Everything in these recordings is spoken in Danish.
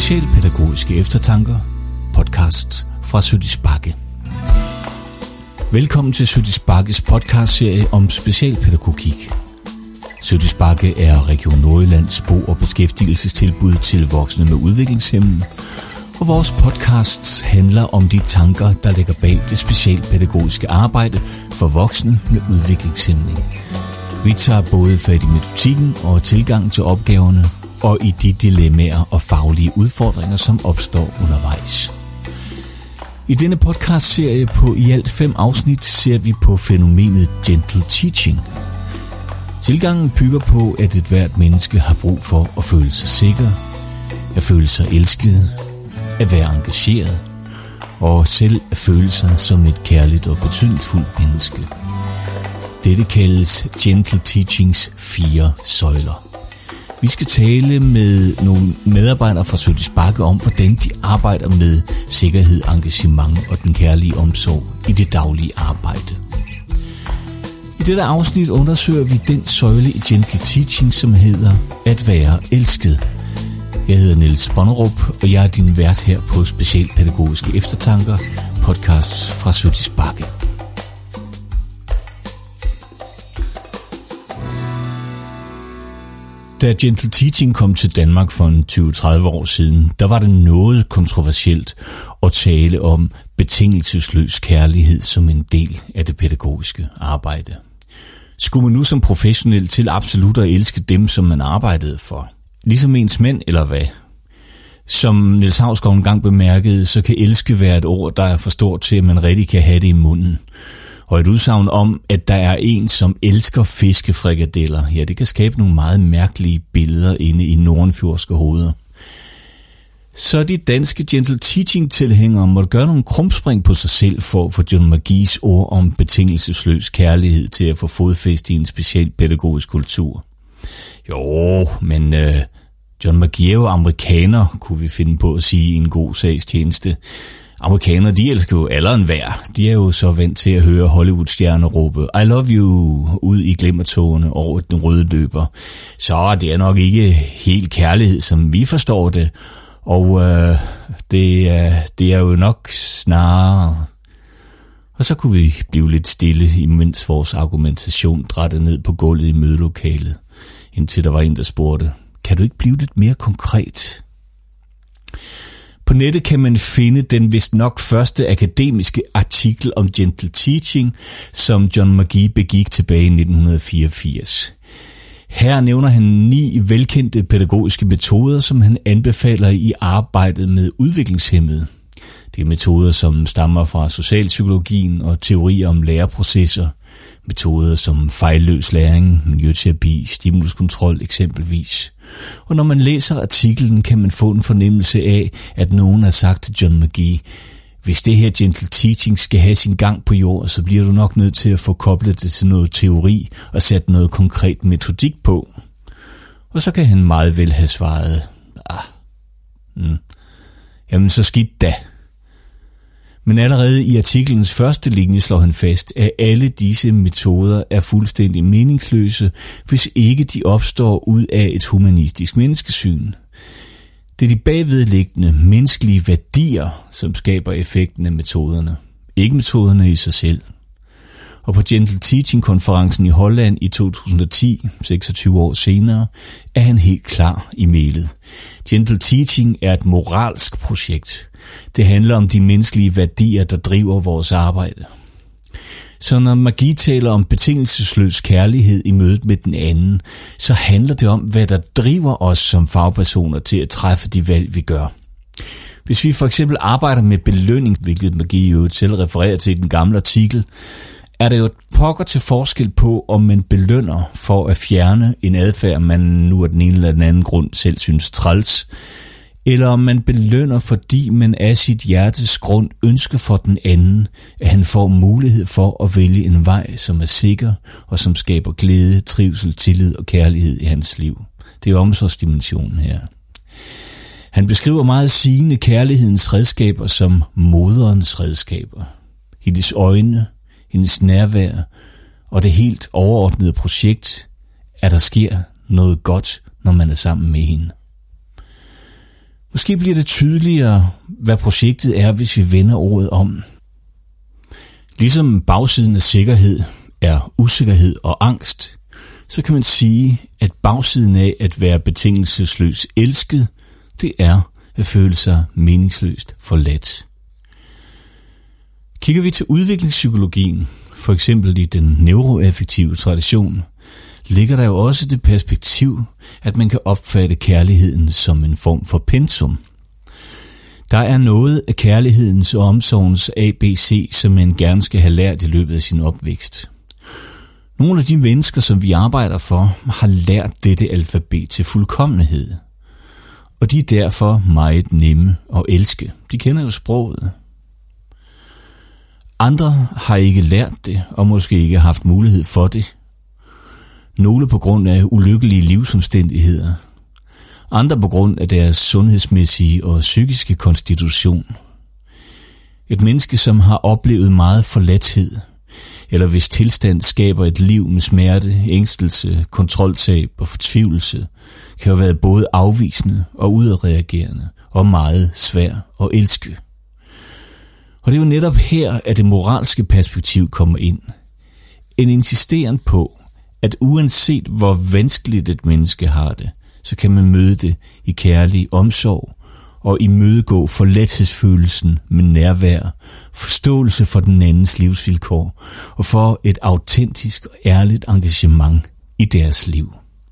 Specialpædagogiske eftertanker, podcast fra Sødis Bakke. Velkommen til Sødis Bakkes podcastserie om specialpædagogik. Sødis Bakke er Region Nordjyllands bo- og beskæftigelsestilbud til voksne med udviklingshæmning, og vores podcasts handler om de tanker, der ligger bag det specialpædagogiske arbejde for voksne med udviklingshæmning. Vi tager både fat i metodikken og tilgang til opgaverne, og i de dilemmaer og faglige udfordringer, som opstår undervejs. I denne podcastserie på i alt 5 afsnit ser vi på fænomenet gentle teaching. Tilgangen bygger på, at et hvert menneske har brug for at føle sig sikker, at føle sig elsket, at være engageret, og selv at føle sig som et kærligt og betydningsfuldt menneske. Dette kaldes gentle teachings 4 søjler. Vi skal tale med nogle medarbejdere fra Sødis Bakke om, hvordan de arbejder med sikkerhed, engagement og den kærlige omsorg i det daglige arbejde. I dette afsnit undersøger vi den søjle i gentle teaching, som hedder at være elsket. Jeg hedder Niels Bonnerup, og jeg er din vært her på Specialpædagogiske eftertanker, podcasts fra Sødis Bakke. Da gentle teaching kom til Danmark for 20-30 år siden, der var det noget kontroversielt at tale om betingelsesløs kærlighed som en del af det pædagogiske arbejde. Skulle man nu som professionel til absolut at elske dem, som man arbejdede for? Ligesom ens mænd, eller hvad? Som Niels Hausgaard engang bemærkede, så kan elske være et ord, der er for stort til, at man rigtig kan have det i munden. Og et udsagn om, at der er en, som elsker fiskefrikadeller, ja, det kan skabe nogle meget mærkelige billeder inde i nordenfjordske hoveder. Så de danske gentle teaching-tilhængere måtte gøre nogle krumspring på sig selv for at få John Magies ord om betingelsesløs kærlighed til at få fodfæste i en speciel pædagogisk kultur. Jo, men John Magie er jo amerikaner, kunne vi finde på at sige i en god sags tjeneste. Amerikanere, de elsker jo alderen hver. De er jo så vant til at høre Hollywood-stjerner råbe I love you ud i glimmertågene over den røde løber. Så det er nok ikke helt kærlighed, som vi forstår det. Og det er jo nok snarere. Og så kunne vi blive lidt stille, imens vores argumentation drættede ned på gulvet i mødelokalet, indtil der var en, der spurgte, kan du ikke blive lidt mere konkret? På nettet kan man finde den vist nok første akademiske artikel om gentle teaching, som John Magie begik tilbage i 1984. Her nævner han 9 velkendte pædagogiske metoder, som han anbefaler i arbejdet med udviklingshæmmede. Det er metoder, som stammer fra socialpsykologien og teorier om læreprocesser. Metoder som fejlløs læring, miljøterapi, stimuluskontrol eksempelvis. Og når man læser artiklen, kan man få en fornemmelse af, at nogen har sagt til John Magie, hvis det her gentle teaching skal have sin gang på jord, så bliver du nok nødt til at få koblet det til noget teori og sætte noget konkret metodik på. Og så kan han meget vel have svaret, jamen så skidt da. Men allerede i artiklens første linje slår han fast, at alle disse metoder er fuldstændig meningsløse, hvis ikke de opstår ud af et humanistisk menneskesyn. Det er de bagvedliggende menneskelige værdier, som skaber effekten af metoderne, ikke metoderne i sig selv. Og på Gentle Teaching-konferencen i Holland i 2010, 26 år senere, er han helt klar i mailet. Gentle Teaching er et moralsk projekt. Det handler om de menneskelige værdier, der driver vores arbejde. Så når Magie taler om betingelsesløs kærlighed i mødet med den anden, så handler det om, hvad der driver os som fagpersoner til at træffe de valg, vi gør. Hvis vi for eksempel arbejder med belønning, hvilket Magie jo selv refererer til i den gamle artikel, er det jo et pokker til forskel på, om man belønner for at fjerne en adfærd, man nu af den ene eller den anden grund selv synes træls, eller om man belønner, fordi man af sit hjertes grund ønsker for den anden, at han får mulighed for at vælge en vej, som er sikker og som skaber glæde, trivsel, tillid og kærlighed i hans liv. Det er omsorgsdimensionen her. Han beskriver meget sigende kærlighedens redskaber som moderens redskaber. Hendes øjne, hendes nærvær og det helt overordnede projekt, at der sker noget godt, når man er sammen med hende. Måske bliver det tydeligere, hvad projektet er, hvis vi vender ordet om. Ligesom bagsiden af sikkerhed er usikkerhed og angst, så kan man sige, at bagsiden af at være betingelsesløs elsket, det er at føle sig meningsløst forladt. Kigger vi til udviklingspsykologien, for eksempel i den neuroaffektive tradition, ligger der jo også det perspektiv, at man kan opfatte kærligheden som en form for pensum. Der er noget af kærlighedens og omsorgens ABC, som man gerne skal have lært i løbet af sin opvækst. Nogle af de mennesker, som vi arbejder for, har lært dette alfabet til fuldkommenhed. Og de er derfor meget nemme at elske. De kender jo sproget. Andre har ikke lært det, og måske ikke haft mulighed for det. Nogle på grund af ulykkelige livsomstændigheder. Andre på grund af deres sundhedsmæssige og psykiske konstitution. Et menneske, som har oplevet meget forladthed, eller hvis tilstand skaber et liv med smerte, ængstelse, kontroltab og fortvivlelse, kan jo være både afvisende og udadreagerende og meget svær at elske. Og det er jo netop her, at det moralske perspektiv kommer ind. En insisteren på, at uanset hvor vanskeligt et menneske har det, så kan man møde det i kærlig omsorg og imødegå forladthedsfølelsen med nærvær, forståelse for den andens livsvilkår og for et autentisk og ærligt engagement i deres liv.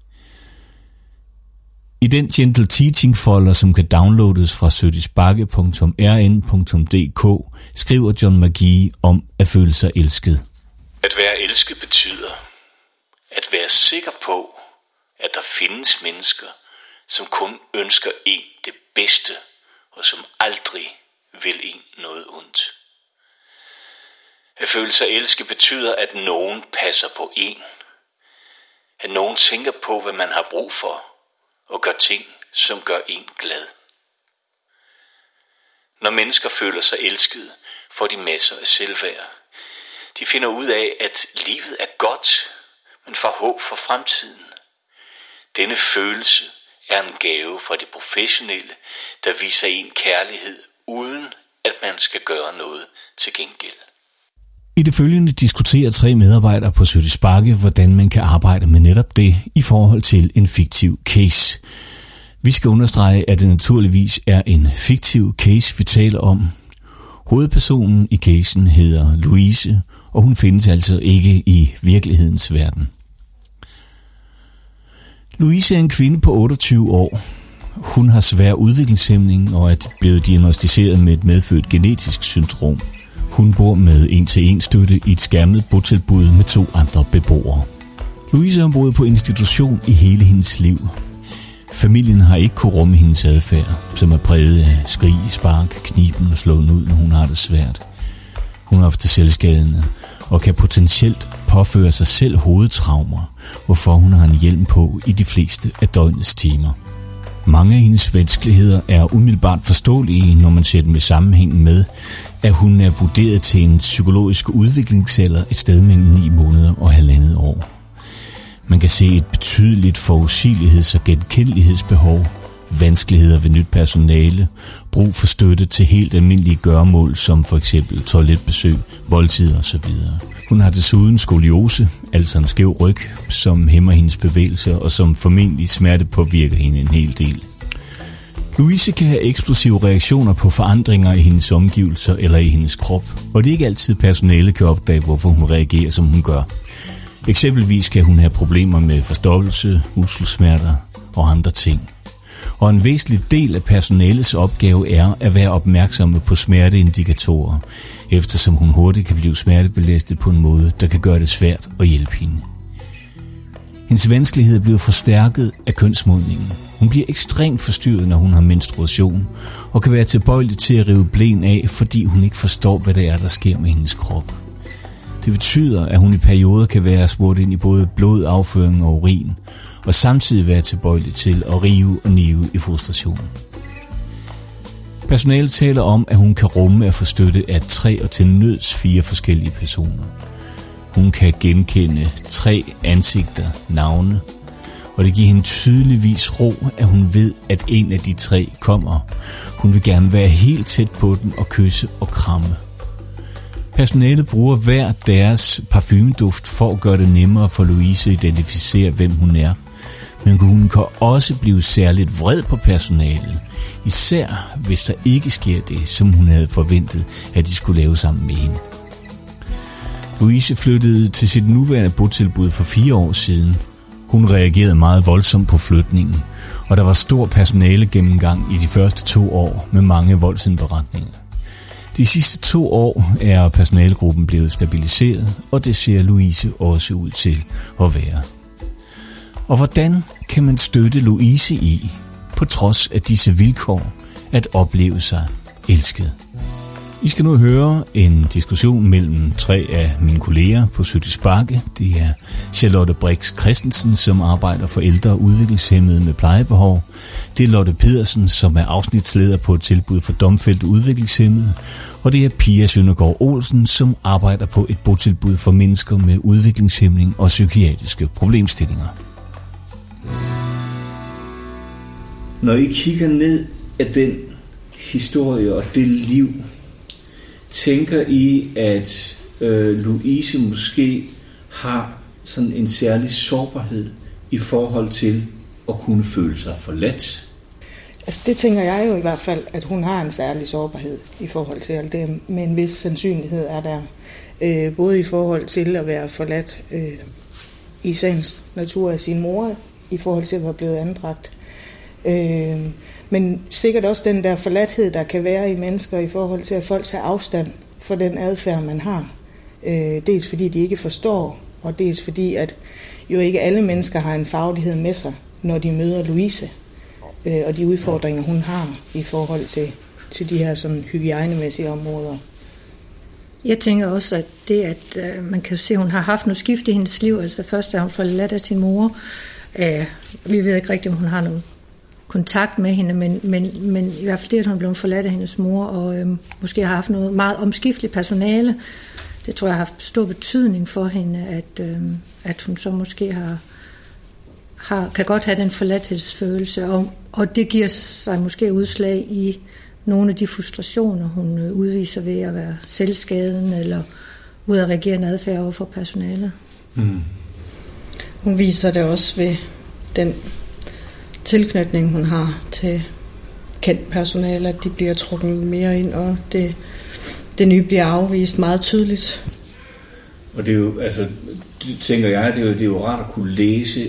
I den Gentle Teaching folder, som kan downloades fra sødisbakke.rn.dk, skriver John McGee om at føle sig elsket. At være elsket betyder at være sikker på, at der findes mennesker, som kun ønsker en det bedste, og som aldrig vil en noget ondt. At føle sig elsket betyder, at nogen passer på en. At nogen tænker på, hvad man har brug for, og gør ting, som gør en glad. Når mennesker føler sig elskede, får de masser af selvværd. De finder ud af, at livet er godt, men får håb for fremtiden. Denne følelse er en gave fra de professionelle, der viser en kærlighed, uden at man skal gøre noget til gengæld. I det følgende diskuterer 3 medarbejdere på Sødis Bakke, hvordan man kan arbejde med netop det i forhold til en fiktiv case. Vi skal understrege, at det naturligvis er en fiktiv case, vi taler om. Hovedpersonen i casen hedder Louise, og hun findes altså ikke i virkelighedens verden. Louise er en kvinde på 28 år. Hun har svær udviklingshæmning og er blevet diagnosticeret med et medfødt genetisk syndrom. Hun bor med 1-til-1 støtte i et skærmet botilbud med 2 andre beboere. Louise har boet på institution i hele hendes liv. Familien har ikke kunnet rumme hendes adfærd, som er præget af skrig, spark, kniben og slåen ud, når hun har det svært. Hun er ofte selvskadende og kan potentielt påføre sig selv hovedtraumer, hvorfor hun har en hjelm på i de fleste af døgnets timer. Mange af hendes vanskeligheder er umiddelbart forståelige, når man ser dem i sammenhæng med, at hun er vurderet til en psykologisk udviklingsalder et sted mellem 9 måneder og 1,5 år. Man kan se et betydeligt forudsigeligheds- og genkendelighedsbehov, vanskeligheder ved nyt personale, brug for støtte til helt almindelige gøremål som for eksempel toiletbesøg, voldtider osv. Hun har desuden skoliose, altså en skæv ryg, som hæmmer hendes bevægelser og som formentlig smertepåvirker hende en hel del. Louise kan have eksplosive reaktioner på forandringer i hendes omgivelser eller i hendes krop, og det er ikke altid personale kan opdage, hvorfor hun reagerer, som hun gør. Eksempelvis kan hun have problemer med forstoppelse, muskelsmerter og andre ting. Og en væsentlig del af personalets opgave er at være opmærksomme på smerteindikatorer, eftersom hun hurtigt kan blive smertebelastet på en måde, der kan gøre det svært at hjælpe hende. Hendes vanskelighed bliver forstærket af kønsmodningen. Hun bliver ekstremt forstyrret, når hun har menstruation, og kan være tilbøjelig til at rive blæen af, fordi hun ikke forstår, hvad det er, der sker med hendes krop. Det betyder, at hun i perioder kan være smurt ind i både blod, afføring og urin, og samtidig være tilbøjelig til at rive og nive i frustration. Personalet taler om, at hun kan rumme at få støtte af 3 og til nøds 4 forskellige personer. Hun kan genkende 3 ansigter, navne, og det giver hende tydeligvis ro, at hun ved, at en af de 3 kommer. Hun vil gerne være helt tæt på den og kysse og kramme. Personalet bruger hver deres parfumeduft for at gøre det nemmere for Louise at identificere, hvem hun er. Men hun kan også blive særligt vred på personalet, især hvis der ikke sker det, som hun havde forventet, at de skulle lave sammen med hende. Louise flyttede til sit nuværende botilbud for 4 år siden. Hun reagerede meget voldsomt på flytningen, og der var stor personale gennemgang i de første 2 år med mange voldsindberetninger. De sidste 2 år er personalegruppen blevet stabiliseret, og det ser Louise også ud til at være. Og hvordan kan man støtte Louise i, på trods af disse vilkår, at opleve sig elsket? I skal nu høre en diskussion mellem 3 af mine kolleger på Sødis Bakke. Det er Charlotte Brix Christensen, som arbejder for ældre og udviklingshæmmede med plejebehov. Det er Lotte Pedersen, som er afsnitsleder på et tilbud for domfældte udviklingshæmmede. Og det er Pia Søndergaard Olsen, som arbejder på et botilbud for mennesker med udviklingshæmning og psykiatriske problemstillinger. Når I kigger ned af den historie og det liv, tænker I, at Louise måske har sådan en særlig sårbarhed i forhold til at kunne føle sig forladt? Altså det tænker jeg jo i hvert fald, at hun har en særlig sårbarhed i forhold til alt det, med en vis sandsynlighed er der. Både i forhold til at være forladt i sagens natur af sin mor, i forhold til at være blevet anbragt. Men sikkert også den der forladthed, der kan være i mennesker i forhold til, at folk tager afstand for den adfærd, man har. Dels fordi de ikke forstår, og dels fordi, at jo ikke alle mennesker har en faglighed med sig, når de møder Louise, og de udfordringer, hun har i forhold til de her sådan, hygiejnemæssige områder. Jeg tænker også, at det, at man kan se, at hun har haft noget skift i hendes liv. Altså først er hun forladt af sin mor. Vi ved ikke rigtigt, om hun har noget kontakt med hende, men i hvert fald det, at hun er blevet forladt af hendes mor, og måske har haft noget meget omskifteligt personale. Det tror jeg har haft stor betydning for hende, at hun så måske kan godt have den forladthedsfølelse, og det giver sig måske udslag i nogle af de frustrationer, hun udviser ved at være selvskadende eller udadreagerende adfærd over for personalet. Mm. Hun viser det også ved den tilknytning, hun har til kendt personale, at de bliver trukket mere ind, og det nye bliver afvist meget tydeligt. Og det er jo, altså, tænker jeg, det er jo rart at kunne læse,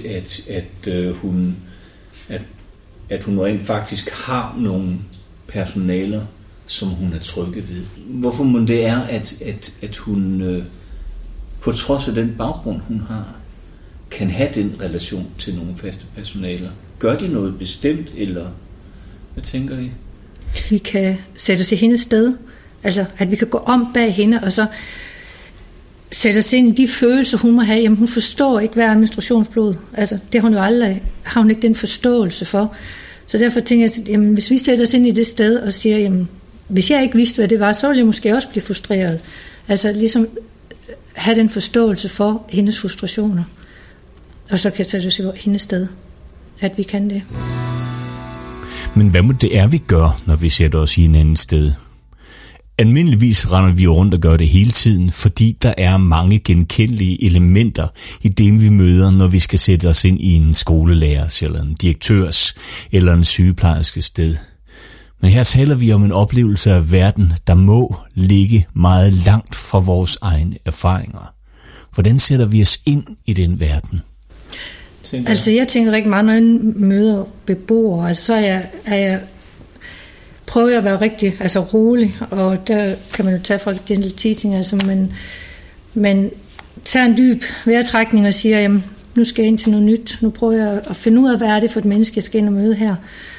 at hun rent faktisk har nogle personaler, som hun er trygge ved. Hvorfor må det er, at hun på trods af den baggrund, hun har, kan have den relation til nogle faste personaler? Gør de noget bestemt, eller hvad tænker I? Vi kan sætte os i hendes sted, altså at vi kan gå om bag hende, og så sætte os ind i de følelser, hun må have. Jamen, hun forstår ikke, hvad er menstruationsblod. Altså, det har hun jo aldrig, har hun ikke den forståelse for. Så derfor tænker jeg, at jamen, hvis vi sætter os ind i det sted og siger, jamen, hvis jeg ikke vidste, hvad det var, så ville jeg måske også blive frustreret. Altså ligesom have den forståelse for hendes frustrationer. Og så kan jeg sætte os i hendes sted, at vi kan det. Men hvad må det er, vi gør, når vi sætter os i en anden sted? Almindeligvis render vi rundt og gør det hele tiden, fordi der er mange genkendelige elementer i det, vi møder, når vi skal sætte os ind i en skolelærers, eller en direktørs, eller en sygeplejerske sted. Men her taler vi om en oplevelse af verden, der må ligge meget langt fra vores egne erfaringer. Hvordan sætter vi os ind i den verden? Altså jeg tænker rigtig meget, når jeg møder beboere, altså så prøver jeg at være rigtig rolig, og der kan man jo tage fra gentle teaching, men tager en dyb vejrtrækning og siger, jamen nu skal jeg ind til noget nyt, nu prøver jeg at finde ud af, hvad er det for et menneske, jeg skal ind og møde her.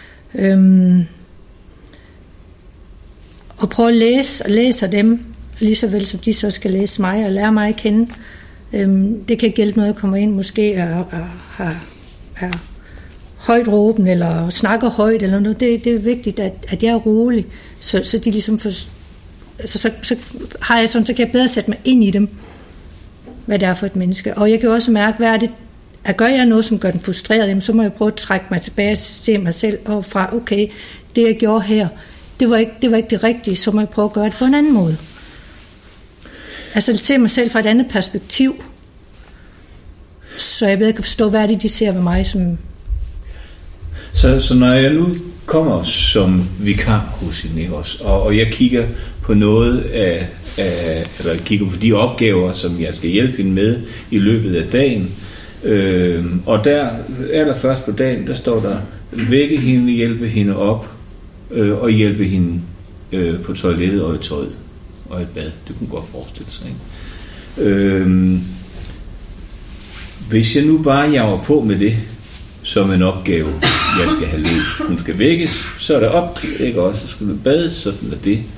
Og prøve at læse dem, lige så vel som de så skal læse mig og lære mig at kende. Det kan ikke hjælpe noget, at komme ind måske er højt råben eller snakker højt eller noget. Det er vigtigt, at jeg er rolig, så de ligesom så har jeg sådan, så kan jeg bedre sætte mig ind i dem, hvad det er for et menneske. Og jeg kan også mærke, hvad er det, gør jeg noget, som gør den frustreret, jamen, så må jeg prøve at trække mig tilbage og se mig selv og fra, okay, det jeg gjorde her, det var ikke det rigtige, så må jeg prøve at gøre det på en anden måde. Altså se mig selv fra et andet perspektiv, så jeg bedre kan forstå, hvad det de ser ved mig som... Så når jeg nu kommer som vikar hos hende også, og jeg kigger på noget af eller kigger på de opgaver, som jeg skal hjælpe hende med i løbet af dagen, og der allerførst på dagen, der står der, vække hende, hjælpe hende op, og hjælpe hende på toilettet og i tøjet og et bad. Det kunne godt forestille sig, ikke? Hvis jeg nu bare jager på med det som en opgave, jeg skal have løst. Hun skal vækkes, så er det op, ikke også? Så skal du bade, sådan er det.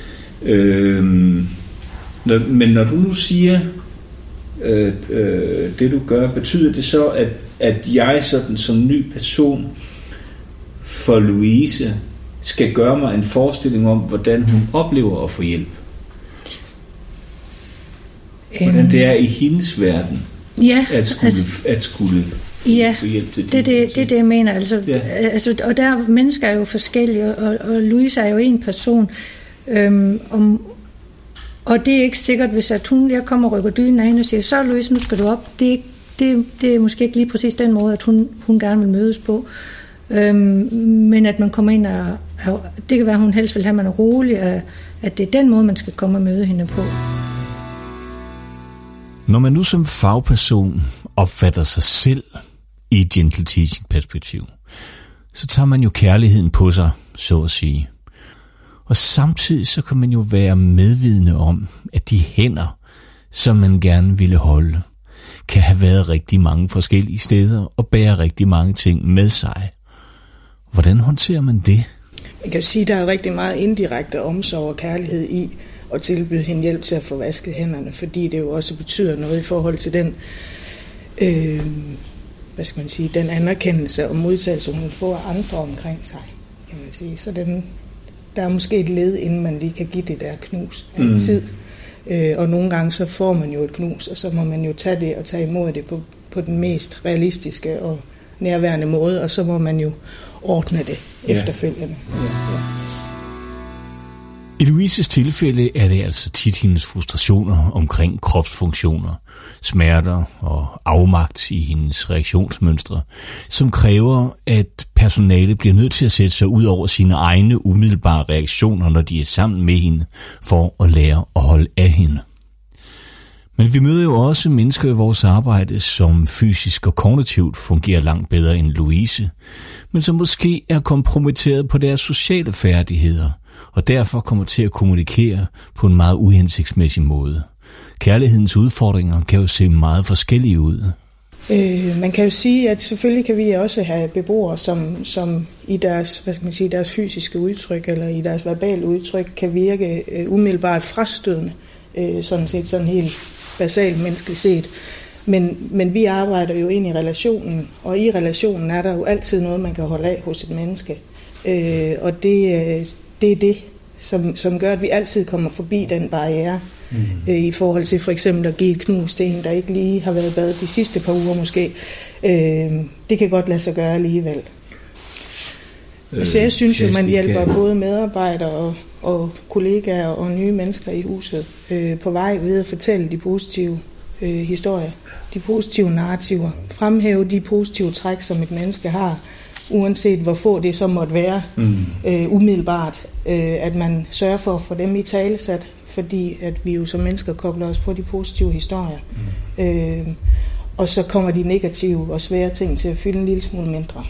Men når du nu siger, det du gør, betyder det så, at jeg sådan som ny person for Louise skal gøre mig en forestilling om, hvordan hun oplever at få hjælp? Hvordan det er i hendes verden, ja, at skulle få hjælp til det er det, jeg mener. Altså, og der mennesker er jo forskellige, og Louise er jo en person. Og det er ikke sikkert, hvis jeg kommer og rykker dynen af hende og siger, så Louise, nu skal du op. Det er måske ikke lige præcis den måde, at hun gerne vil mødes på. Men at man kommer ind og det kan være, at hun helst vil have, at man er rolig, at det er den måde, man skal komme og møde hende på. Når man nu som fagperson opfatter sig selv i et gentle teaching perspektiv, så tager man jo kærligheden på sig, så at sige. Og samtidig så kan man jo være medvidende om, at de hænder, som man gerne ville holde, kan have været rigtig mange forskellige steder og bære rigtig mange ting med sig. Hvordan håndterer man det? Man kan jo sige, at der er rigtig meget indirekte omsorg og kærlighed i at tilbyde hende hjælp til at få vasket hænderne, fordi det jo også betyder noget i forhold til den, den anerkendelse og modtagelse, hun får af andre omkring sig, kan man sige. Så der er måske et led, inden man lige kan give det der knus af tid. Og nogle gange så får man jo et knus, og så må man jo tage det og tage imod det på den mest realistiske og nærværende måde, og så må man jo ordne det efterfølgende. Ja. I Louises tilfælde er det altså tit hendes frustrationer omkring kropsfunktioner, smerter og afmagt i hendes reaktionsmønstre, som kræver, at personale bliver nødt til at sætte sig ud over sine egne umiddelbare reaktioner, når de er sammen med hende, for at lære at holde af hende. Men vi møder jo også mennesker i vores arbejde, som fysisk og kognitivt fungerer langt bedre end Louise, men som måske er kompromitteret på deres sociale færdigheder, og derfor kommer til at kommunikere på en meget uhensigtsmæssig måde. Kærlighedens udfordringer kan jo se meget forskellige ud. Man kan jo sige, at selvfølgelig kan vi også have beboere, som i deres, deres fysiske udtryk eller i deres verbale udtryk kan virke umiddelbart frastødende, sådan helt basalt menneskeligt set. Men vi arbejder jo ind i relationen, og i relationen er der jo altid noget, man kan holde af hos et menneske. Og det er det, som gør, at vi altid kommer forbi den barriere, i forhold til for eksempel at give et knus til en, der ikke lige har været badet de sidste par uger måske. Det kan godt lade sig gøre alligevel. Så jeg synes jo, man hjælper både medarbejdere og kollegaer og nye mennesker i huset på vej ved at fortælle de positive historier, de positive narrativer, fremhæve de positive træk, som et menneske har, uanset hvor få det så måtte være umiddelbart, at man sørger for at få dem i talesat, fordi at vi jo som mennesker kobler os på de positive historier. Og så kommer de negative og svære ting til at fylde en lille smule mindre.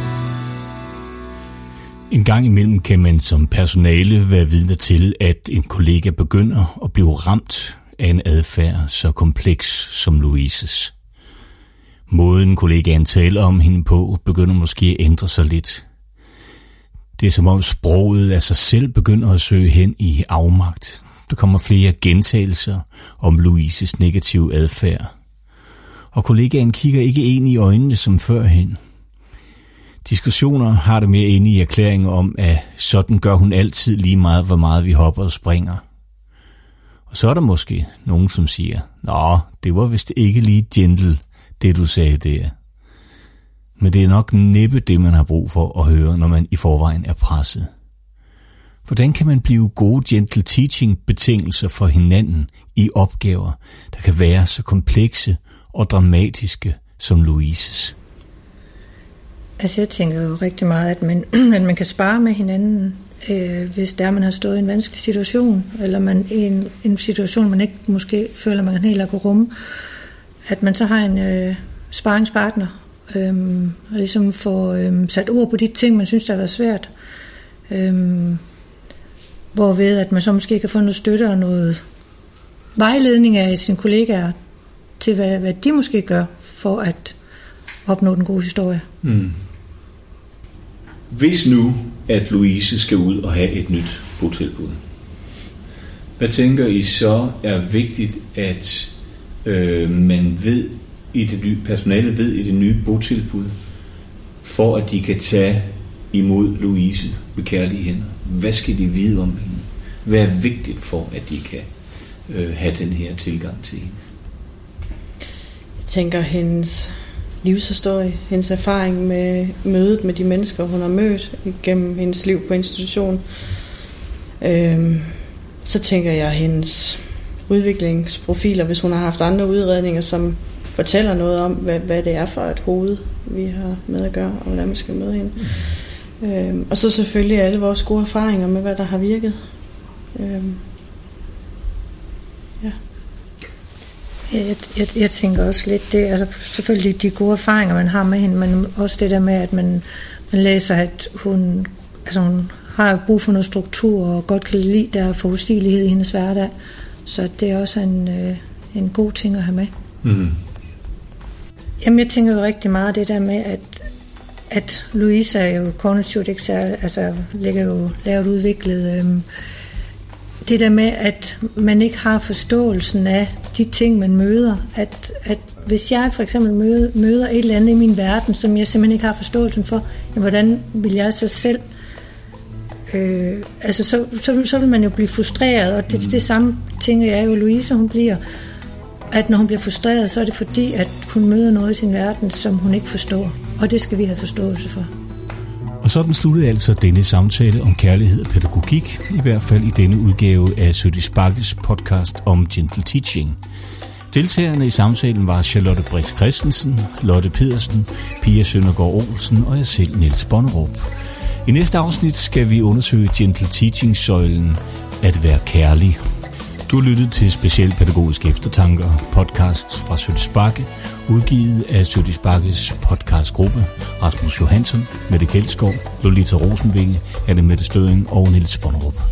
En gang imellem kan man som personale være vidne til, at en kollega begynder at blive ramt af en adfærd så kompleks som Louises. Måden kollegaen taler om hende på begynder måske at ændre sig lidt. Det er som om sproget af sig selv begynder at søge hen i afmagt. Der kommer flere gentagelser om Louises negative adfærd. Og kollegaen kigger ikke ind i øjnene som førhen. Diskussioner har det mere inde i erklæringer om, at sådan gør hun altid lige meget, hvor meget vi hopper og springer. Og så er der måske nogen, som siger, nå, det var vist ikke lige gentle det du sagde der. Men det er nok næppe det, man har brug for at høre, når man i forvejen er presset. Hvordan kan man blive gode gentle teaching betingelser for hinanden i opgaver, der kan være så komplekse og dramatiske som Louises? Altså jeg tænker jo rigtig meget, at man kan spare med hinanden, hvis der man har stået i en vanskelig situation, eller man i en situation, man ikke måske føler, man kan helt kunne rumme, at man så har en sparringspartner, og ligesom få sat ord på de ting, man synes, der har været svært. Hvorved at man så måske kan få noget støtte og noget vejledning af sine kollegaer til, hvad de måske gør for at opnå den gode historie. Mm. Hvis nu, at Louise skal ud og have et nyt botilbud, hvad tænker I så er vigtigt, at man ved i det nye, personalet ved i det nye botilbud, for at de kan tage imod Louise med kærlige hænder? Hvad skal de vide om hende? Hvad er vigtigt for, at de kan have den her tilgang til hende? Jeg tænker hendes livshistorie, hendes erfaring med mødet med de mennesker, hun har mødt gennem hendes liv på institution. Så tænker jeg hendes udviklingsprofiler, hvis hun har haft andre udredninger, som fortæller noget om, hvad det er for et hoved, vi har med at gøre, og hvordan man skal møde hende. Og så selvfølgelig alle vores gode erfaringer med, hvad der har virket. Ja. Jeg tænker også lidt det, altså selvfølgelig de gode erfaringer, man har med hende, men også det der med, at man læser, at hun har brug for noget struktur, og godt kan lide, der er forudsigelighed i hendes hverdag. Så det er også en god ting at have med. Mm. Jamen, jeg tænker jo rigtig meget det der med, at Louise er jo kognitivt ikke altså ligger jo lavt udviklet. Det der med, at man ikke har forståelsen af de ting, man møder. At hvis jeg for eksempel møder et eller andet i min verden, som jeg simpelthen ikke har forståelsen for, jamen, hvordan vil jeg så selv... så vil man jo blive frustreret, og det samme tænker jeg jo, Louise hun bliver, at når hun bliver frustreret, så er det fordi, at hun møder noget i sin verden, som hun ikke forstår, og det skal vi have forståelse for. Og sådan sluttede altså denne samtale om kærlighed og pædagogik, i hvert fald i denne udgave af Sødis Bakkes podcast om gentle teaching. Deltagerne i samtalen var Charlotte Brix Christensen, Lotte Pedersen, Pia Søndergaard Olsen og jeg selv, Niels Bonnerup. I næste afsnit skal vi undersøge gentle teaching-søjlen at være kærlig. Du har lyttet til Specialpædagogiske Eftertanker, podcast fra Sødis Bakke, udgivet af Sødis Bakkes podcastgruppe, Rasmus Johansson, Mette Kjeldskov, Lolita Rosenvinge, Anne Mette Støring og Niels Bonnerup.